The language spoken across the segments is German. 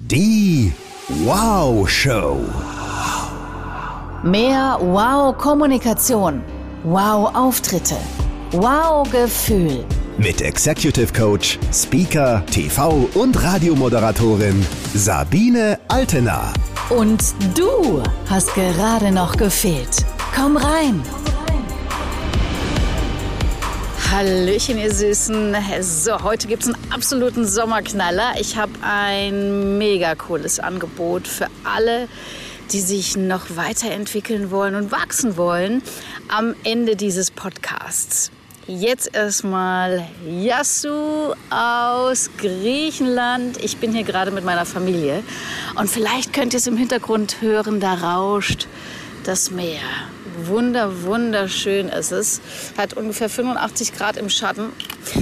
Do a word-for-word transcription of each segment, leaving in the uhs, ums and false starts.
Die Wow-Show. Mehr Wow-Kommunikation, Wow-Auftritte, Wow-Gefühl. Mit Executive Coach, Speaker, T V- und Radiomoderatorin Sabine Altena. Und du hast gerade noch gefehlt. Komm rein. Hallöchen, ihr Süßen. So, heute gibt es einen absoluten Sommerknaller. Ich habe ein mega cooles Angebot für alle, die sich noch weiterentwickeln wollen und wachsen wollen am Ende dieses Podcasts. Jetzt erstmal Yasu aus Griechenland. Ich bin hier gerade mit meiner Familie und vielleicht könnt ihr es im Hintergrund hören, da rauscht das Meer. Wunder, wunderschön ist es. Hat ungefähr fünfundachtzig Grad im Schatten.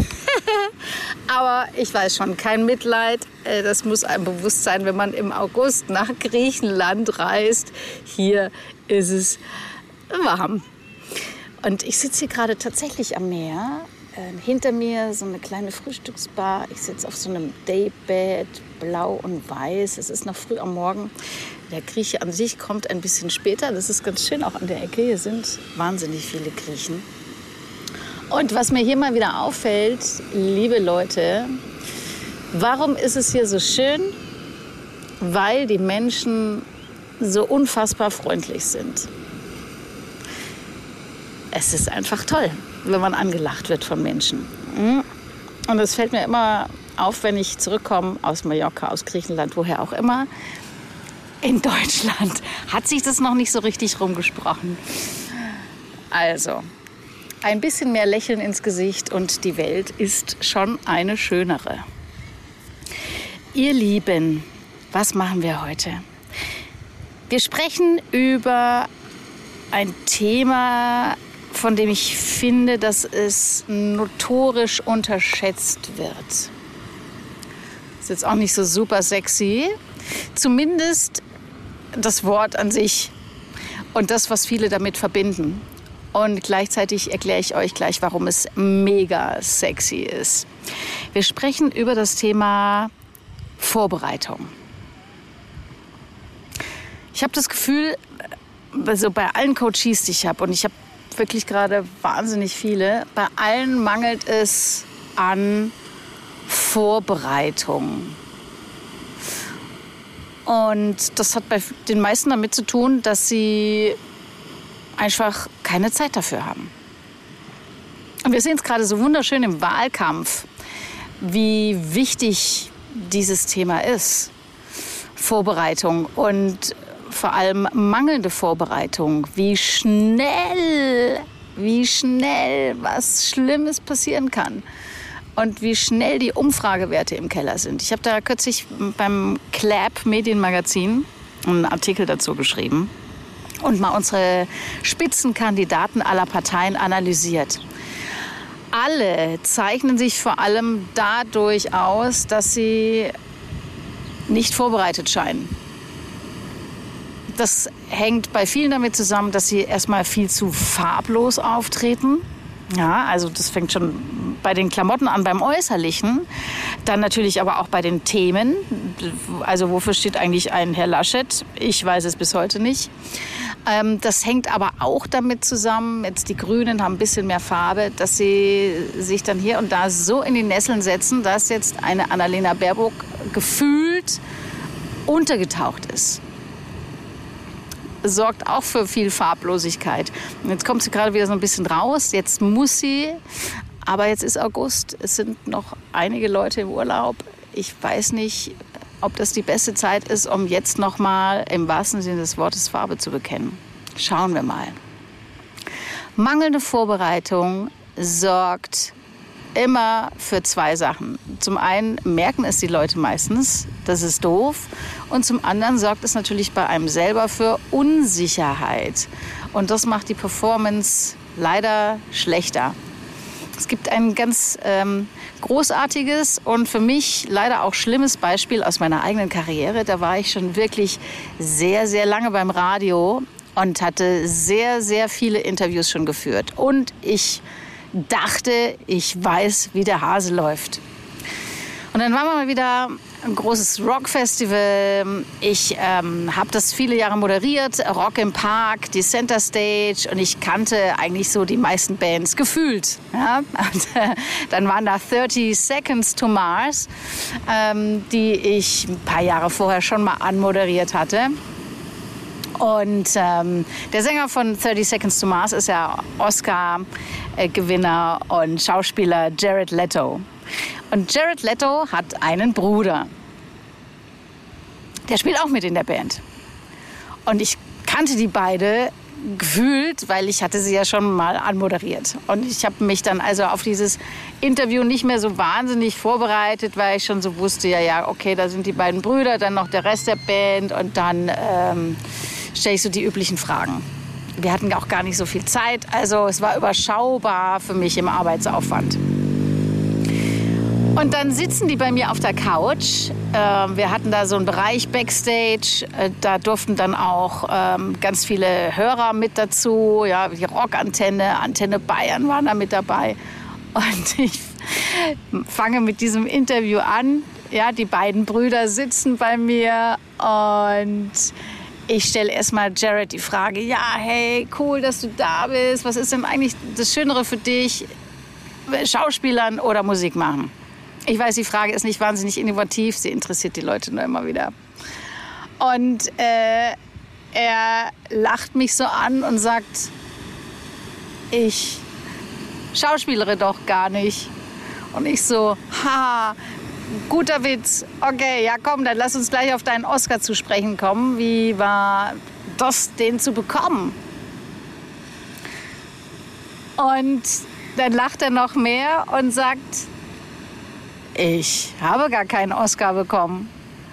Aber ich weiß schon, kein Mitleid. Das muss einem bewusst sein, wenn man im August nach Griechenland reist. Hier ist es warm. Und ich sitze hier gerade tatsächlich am Meer. Äh, hinter mir so eine kleine Frühstücksbar. Ich sitze auf so einem Daybed, blau und weiß. Es ist noch früh am Morgen. Der Grieche an sich kommt ein bisschen später. Das ist ganz schön, auch an der Ecke. Hier sind wahnsinnig viele Griechen. Und was mir hier mal wieder auffällt, liebe Leute, warum ist es hier so schön? Weil die Menschen so unfassbar freundlich sind. Es ist einfach toll, wenn man angelacht wird von Menschen. Und es fällt mir immer auf, wenn ich zurückkomme aus Mallorca, aus Griechenland, woher auch immer. In Deutschland hat sich das noch nicht so richtig rumgesprochen. Also, ein bisschen mehr Lächeln ins Gesicht und die Welt ist schon eine schönere. Ihr Lieben, was machen wir heute? Wir sprechen über ein Thema, von dem ich finde, dass es notorisch unterschätzt wird. Ist jetzt auch nicht so super sexy. Zumindest das Wort an sich und das, was viele damit verbinden. Und gleichzeitig erkläre ich euch gleich, warum es mega sexy ist. Wir sprechen über das Thema Vorbereitung. Ich habe das Gefühl, also bei allen Coaches, die ich habe, und ich habe wirklich gerade wahnsinnig viele, bei allen mangelt es an Vorbereitung. Und das hat bei den meisten damit zu tun, dass sie einfach keine Zeit dafür haben. Und wir sehen es gerade so wunderschön im Wahlkampf, wie wichtig dieses Thema ist. Vorbereitung und vor allem mangelnde Vorbereitung. Wie schnell, wie schnell was Schlimmes passieren kann. Und wie schnell die Umfragewerte im Keller sind. Ich habe da kürzlich beim Clap Medienmagazin einen Artikel dazu geschrieben und mal unsere Spitzenkandidaten aller Parteien analysiert. Alle zeichnen sich vor allem dadurch aus, dass sie nicht vorbereitet scheinen. Das hängt bei vielen damit zusammen, dass sie erstmal viel zu farblos auftreten. Ja, also das fängt schon bei den Klamotten an, beim Äußerlichen. Dann natürlich aber auch bei den Themen. Also wofür steht eigentlich ein Herr Laschet? Ich weiß es bis heute nicht. Ähm, das hängt aber auch damit zusammen, jetzt die Grünen haben ein bisschen mehr Farbe, dass sie sich dann hier und da so in die Nesseln setzen, dass jetzt eine Annalena Baerbock gefühlt untergetaucht ist. Sorgt auch für viel Farblosigkeit. Und jetzt kommt sie gerade wieder so ein bisschen raus. Jetzt muss sie. Aber jetzt ist August. Es sind noch einige Leute im Urlaub. Ich weiß nicht, ob das die beste Zeit ist, um jetzt noch mal im wahrsten Sinne des Wortes Farbe zu bekennen. Schauen wir mal. Mangelnde Vorbereitung sorgt immer für zwei Sachen. Zum einen merken es die Leute meistens, das ist doof. Und zum anderen sorgt es natürlich bei einem selber für Unsicherheit. Und das macht die Performance leider schlechter. Es gibt ein ganz ähm, großartiges und für mich leider auch schlimmes Beispiel aus meiner eigenen Karriere. Da war ich schon wirklich sehr, sehr lange beim Radio und hatte sehr, sehr viele Interviews schon geführt. Und ich dachte, ich weiß, wie der Hase läuft. Und dann waren wir mal wieder ein großes Rockfestival. Ich ähm, habe das viele Jahre moderiert, Rock im Park, die Center Stage, und ich kannte eigentlich so die meisten Bands gefühlt. Ja? Und, äh, dann waren da thirty Seconds to Mars, ähm, die ich ein paar Jahre vorher schon mal anmoderiert hatte. Und ähm, der Sänger von thirty Seconds to Mars ist ja Oscar-Gewinner und Schauspieler Jared Leto. Und Jared Leto hat einen Bruder. Der spielt auch mit in der Band. Und ich kannte die beide gefühlt, weil ich hatte sie ja schon mal anmoderiert. Und ich habe mich dann also auf dieses Interview nicht mehr so wahnsinnig vorbereitet, weil ich schon so wusste, ja, ja, okay, da sind die beiden Brüder, dann noch der Rest der Band, und dann ähm, stelle ich so die üblichen Fragen. Wir hatten auch gar nicht so viel Zeit, also es war überschaubar für mich im Arbeitsaufwand. Und dann sitzen die bei mir auf der Couch. Wir hatten da so einen Bereich Backstage. Da durften dann auch ganz viele Hörer mit dazu. Ja, die Rockantenne, Antenne Bayern waren da mit dabei. Und ich fange mit diesem Interview an. Ja, die beiden Brüder sitzen bei mir und ich stelle erstmal Jared die Frage: Ja, hey, cool, dass du da bist. Was ist denn eigentlich das Schönere für dich, Schauspielern oder Musik machen? Ich weiß, die Frage ist nicht wahnsinnig innovativ, sie interessiert die Leute nur immer wieder. Und äh, er lacht mich so an und sagt: Ich schauspielere doch gar nicht. Und ich so: Ha, guter Witz. Okay, ja komm, dann lass uns gleich auf deinen Oscar zu sprechen kommen. Wie war das, den zu bekommen? Und dann lacht er noch mehr und sagt: Ich habe gar keinen Oscar bekommen.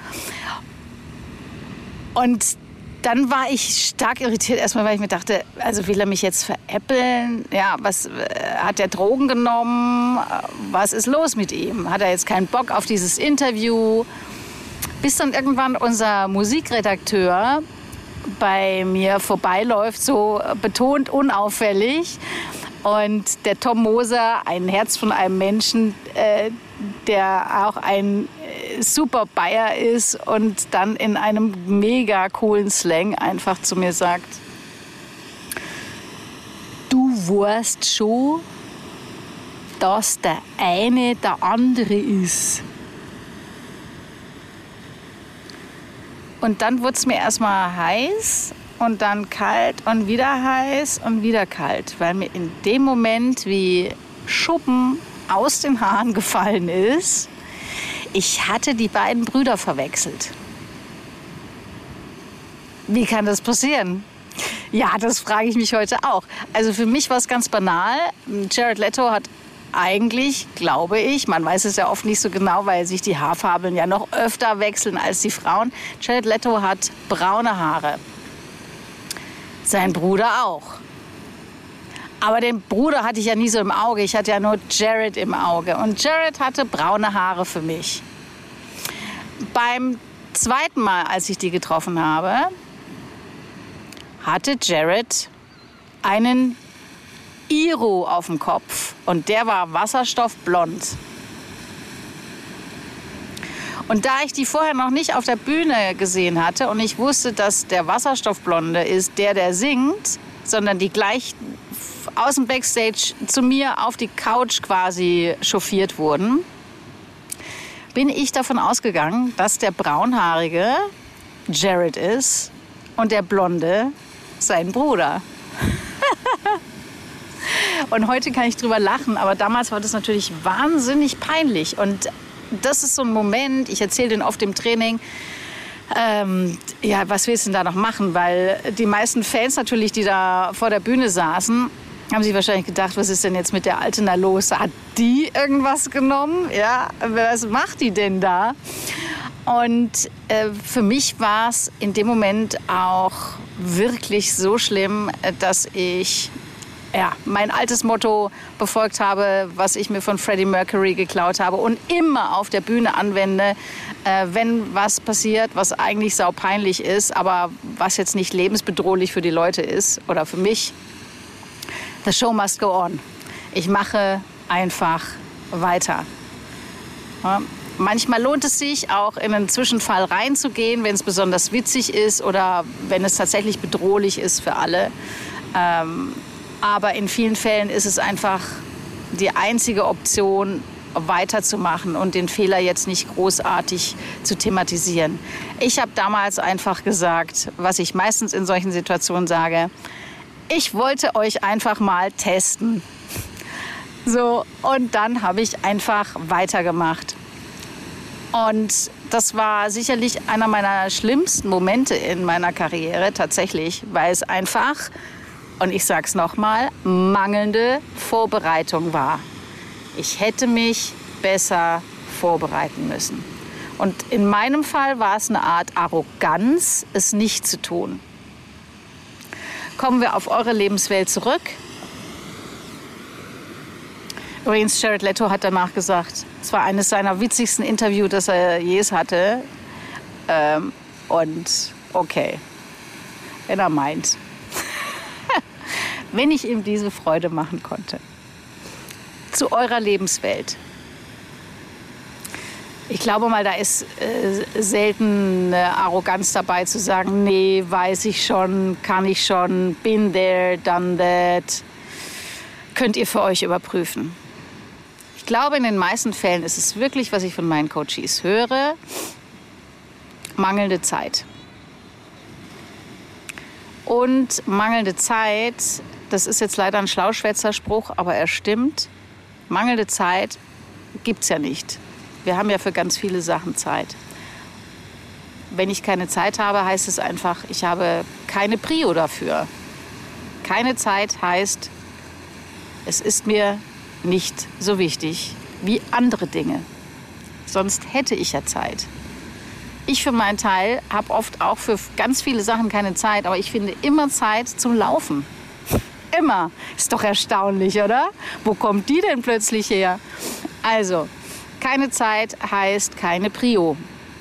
Und dann war ich stark irritiert, erstmal, weil ich mir dachte, also will er mich jetzt veräppeln? Ja, was, hat er Drogen genommen? Was ist los mit ihm? Hat er jetzt keinen Bock auf dieses Interview? Bis dann irgendwann unser Musikredakteur bei mir vorbeiläuft, so betont unauffällig. Und der Tom Moser, ein Herz von einem Menschen, äh, der auch ein äh, super Bayer ist, und dann in einem mega coolen Slang einfach zu mir sagt: Du weißt schon, dass der eine der andere ist. Und dann wurde es mir erstmal heiß. Und dann kalt und wieder heiß und wieder kalt, weil mir in dem Moment wie Schuppen aus den Haaren gefallen ist, ich hatte die beiden Brüder verwechselt. Wie kann das passieren? Ja, das frage ich mich heute auch. Also für mich war es ganz banal. Jared Leto hat eigentlich, glaube ich, man weiß es ja oft nicht so genau, weil sich die Haarfarben ja noch öfter wechseln als die Frauen. Jared Leto hat braune Haare. Sein Bruder auch. Aber den Bruder hatte ich ja nie so im Auge. Ich hatte ja nur Jared im Auge. Und Jared hatte braune Haare für mich. Beim zweiten Mal, als ich die getroffen habe, hatte Jared einen Iro auf dem Kopf. Und der war wasserstoffblond. Und da ich die vorher noch nicht auf der Bühne gesehen hatte und ich wusste, dass der Wasserstoffblonde ist der, der singt, sondern die gleich aus dem Backstage zu mir auf die Couch quasi chauffiert wurden, bin ich davon ausgegangen, dass der braunhaarige Jared ist und der blonde sein Bruder. Und heute kann ich drüber lachen, aber damals war das natürlich wahnsinnig peinlich. Und das ist so ein Moment, ich erzähle den oft im Training, ähm, ja, was willst du denn da noch machen? Weil die meisten Fans natürlich, die da vor der Bühne saßen, haben sich wahrscheinlich gedacht, was ist denn jetzt mit der Alten da los? Hat die irgendwas genommen? Ja, was macht die denn da? Und äh, für mich war es in dem Moment auch wirklich so schlimm, dass ich ja, mein altes Motto befolgt habe, was ich mir von Freddie Mercury geklaut habe und immer auf der Bühne anwende, äh, wenn was passiert, was eigentlich saupeinlich ist, aber was jetzt nicht lebensbedrohlich für die Leute ist oder für mich. The show must go on. Ich mache einfach weiter. Ja, Manchmal lohnt es sich, auch in einen Zwischenfall reinzugehen, wenn es besonders witzig ist oder wenn es tatsächlich bedrohlich ist für alle. Ähm, aber in vielen Fällen ist es einfach die einzige Option, weiterzumachen und den Fehler jetzt nicht großartig zu thematisieren. Ich habe damals einfach gesagt, was ich meistens in solchen Situationen sage, ich wollte euch einfach mal testen. So, und dann habe ich einfach weitergemacht. Und das war sicherlich einer meiner schlimmsten Momente in meiner Karriere, tatsächlich, weil es einfach, und ich sage es nochmal, mangelnde Vorbereitung war. Ich hätte mich besser vorbereiten müssen. Und in meinem Fall war es eine Art Arroganz, es nicht zu tun. Kommen wir auf eure Lebenswelt zurück. Übrigens, Jared Leto hat danach gesagt, es war eines seiner witzigsten Interviews, das er je hatte. Ähm, und okay, wenn er meint, wenn ich ihm diese Freude machen konnte. Zu eurer Lebenswelt. Ich glaube mal, da ist äh, selten eine Arroganz dabei zu sagen, nee, weiß ich schon, kann ich schon, been there, done that. Könnt ihr für euch überprüfen. Ich glaube, in den meisten Fällen ist es wirklich, was ich von meinen Coaches höre, mangelnde Zeit. Und mangelnde Zeit, das ist jetzt leider ein Schlauschwätzerspruch, aber er stimmt. Mangelnde Zeit gibt es ja nicht. Wir haben ja für ganz viele Sachen Zeit. Wenn ich keine Zeit habe, heißt es einfach, ich habe keine Prio dafür. Keine Zeit heißt, es ist mir nicht so wichtig wie andere Dinge. Sonst hätte ich ja Zeit. Ich für meinen Teil habe oft auch für ganz viele Sachen keine Zeit, aber ich finde immer Zeit zum Laufen. Immer. Ist doch erstaunlich, oder? Wo kommt die denn plötzlich her? Also, keine Zeit heißt keine Prio.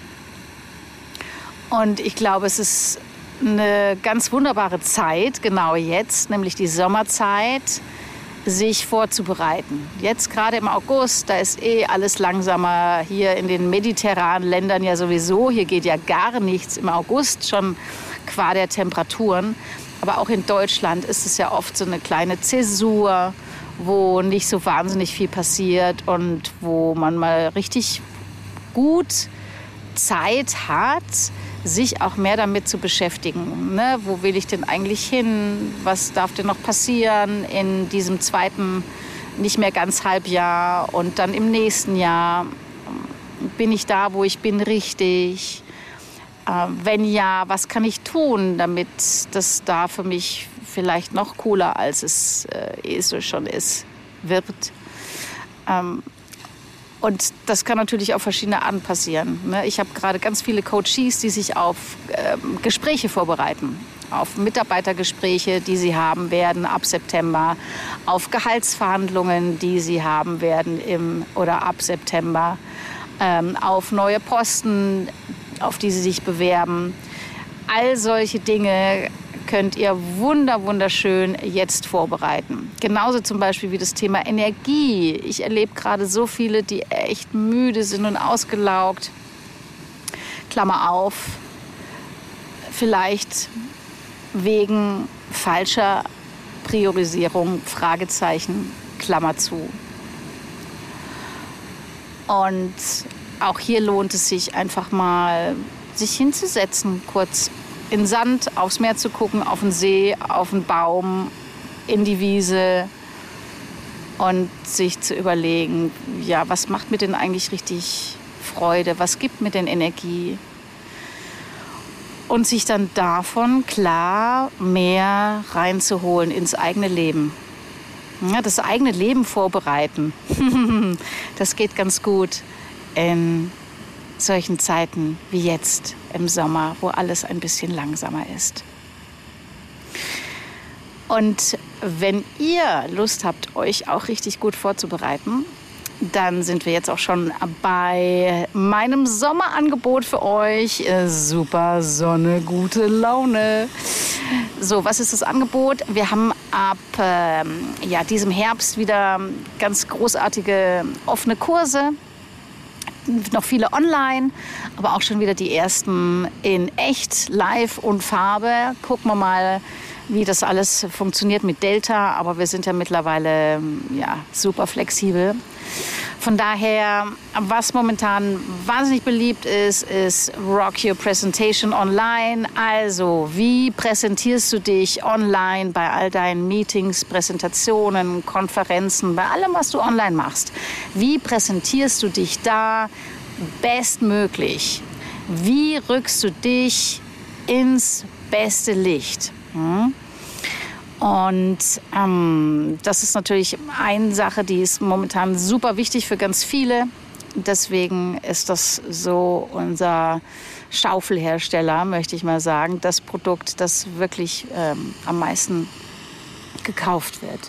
Und ich glaube, es ist eine ganz wunderbare Zeit, genau jetzt, nämlich die Sommerzeit, sich vorzubereiten. Jetzt gerade im August, da ist eh alles langsamer. Hier in den mediterranen Ländern ja sowieso. Hier geht ja gar nichts im August, schon qua der Temperaturen. Aber auch in Deutschland ist es ja oft so eine kleine Zäsur, wo nicht so wahnsinnig viel passiert und wo man mal richtig gut Zeit hat, sich auch mehr damit zu beschäftigen. Ne? Wo will ich denn eigentlich hin? Was darf denn noch passieren in diesem zweiten, nicht mehr ganz Halbjahr und dann im nächsten Jahr? Bin ich da, wo ich bin, richtig? Äh, wenn ja, was kann ich tun, damit das da für mich vielleicht noch cooler, als es äh, eh so schon ist, wird? Ähm, Und das kann natürlich auf verschiedene Arten passieren. Ich habe gerade ganz viele Coaches, die sich auf ähm, Gespräche vorbereiten. Auf Mitarbeitergespräche, die sie haben werden ab September. Auf Gehaltsverhandlungen, die sie haben werden im oder ab September. Ähm, auf neue Posten, auf die sie sich bewerben. All solche Dinge könnt ihr wunder, wunderschön jetzt vorbereiten. Genauso zum Beispiel wie das Thema Energie. Ich erlebe gerade so viele, die echt müde sind und ausgelaugt. Klammer auf, vielleicht wegen falscher Priorisierung, Fragezeichen, Klammer zu. Und auch hier lohnt es sich einfach mal, sich hinzusetzen, kurz in den Sand, aufs Meer zu gucken, auf den See, auf den Baum, in die Wiese und sich zu überlegen, ja, was macht mir denn eigentlich richtig Freude, was gibt mir denn Energie? Und sich dann davon klar mehr reinzuholen ins eigene Leben. Ja, das eigene Leben vorbereiten, das geht ganz gut in solchen Zeiten wie jetzt im Sommer, wo alles ein bisschen langsamer ist. Und wenn ihr Lust habt, euch auch richtig gut vorzubereiten, dann sind wir jetzt auch schon bei meinem Sommerangebot für euch. Super Sonne, gute Laune. So, was ist das Angebot? Wir haben ab ähm, ja, diesem Herbst wieder ganz großartige offene Kurse. noch viele online, aber auch schon wieder die ersten in echt, live und Farbe. Gucken wir mal, wie das alles funktioniert mit Delta. Aber wir sind ja mittlerweile ja, super flexibel. Von daher, was momentan wahnsinnig beliebt ist, ist Rock Your Presentation Online. Also, wie präsentierst du dich online bei all deinen Meetings, Präsentationen, Konferenzen, bei allem, was du online machst? Wie präsentierst du dich da bestmöglich? Wie rückst du dich ins beste Licht? Hm? Und ähm, das ist natürlich eine Sache, die ist momentan super wichtig für ganz viele. Deswegen ist das so unser Schaufelhersteller, möchte ich mal sagen, das Produkt, das wirklich ähm, am meisten gekauft wird.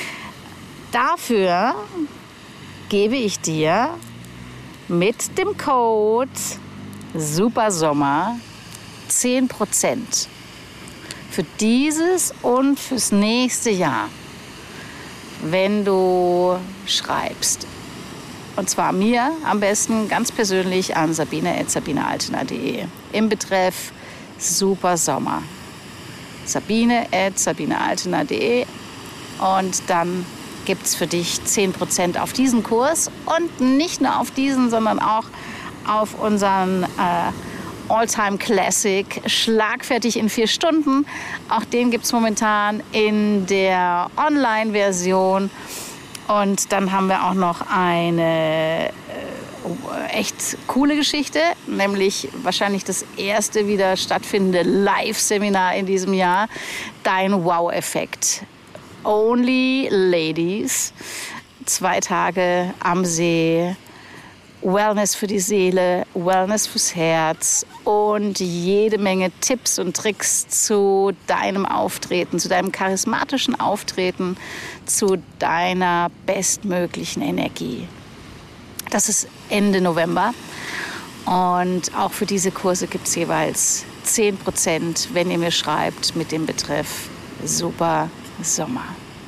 Dafür gebe ich dir mit dem Code SUPERSOMMER zehn Prozent. Für dieses und fürs nächste Jahr, wenn du schreibst. Und zwar mir am besten ganz persönlich an sabine at sabine altena punkt de im Betreff Super Sommer. sabine at sabine altena punkt de und dann gibt es für dich zehn Prozent auf diesen Kurs und nicht nur auf diesen, sondern auch auf unseren äh, All-Time Classic, schlagfertig in vier Stunden. Auch den gibt es momentan in der Online-Version. Und dann haben wir auch noch eine äh, echt coole Geschichte, nämlich wahrscheinlich das erste wieder stattfindende Live-Seminar in diesem Jahr, Dein Wow-Effekt. Only Ladies, zwei Tage am See, Wellness für die Seele, Wellness fürs Herz und jede Menge Tipps und Tricks zu deinem Auftreten, zu deinem charismatischen Auftreten, zu deiner bestmöglichen Energie. Das ist Ende November und auch für diese Kurse gibt es jeweils zehn Prozent, wenn ihr mir schreibt mit dem Betreff Super Sommer.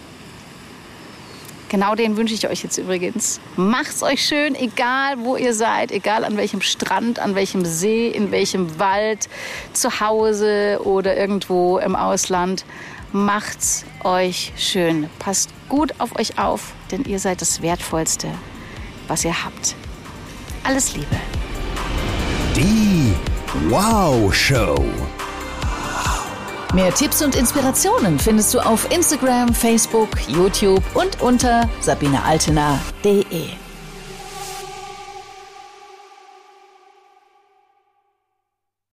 Genau den wünsche ich euch jetzt übrigens. Macht's euch schön, egal wo ihr seid, egal an welchem Strand, an welchem See, in welchem Wald, zu Hause oder irgendwo im Ausland. Macht's euch schön. Passt gut auf euch auf, denn ihr seid das Wertvollste, was ihr habt. Alles Liebe. Die Wow Show. Mehr Tipps und Inspirationen findest du auf Instagram, Facebook, YouTube und unter sabine altena punkt de.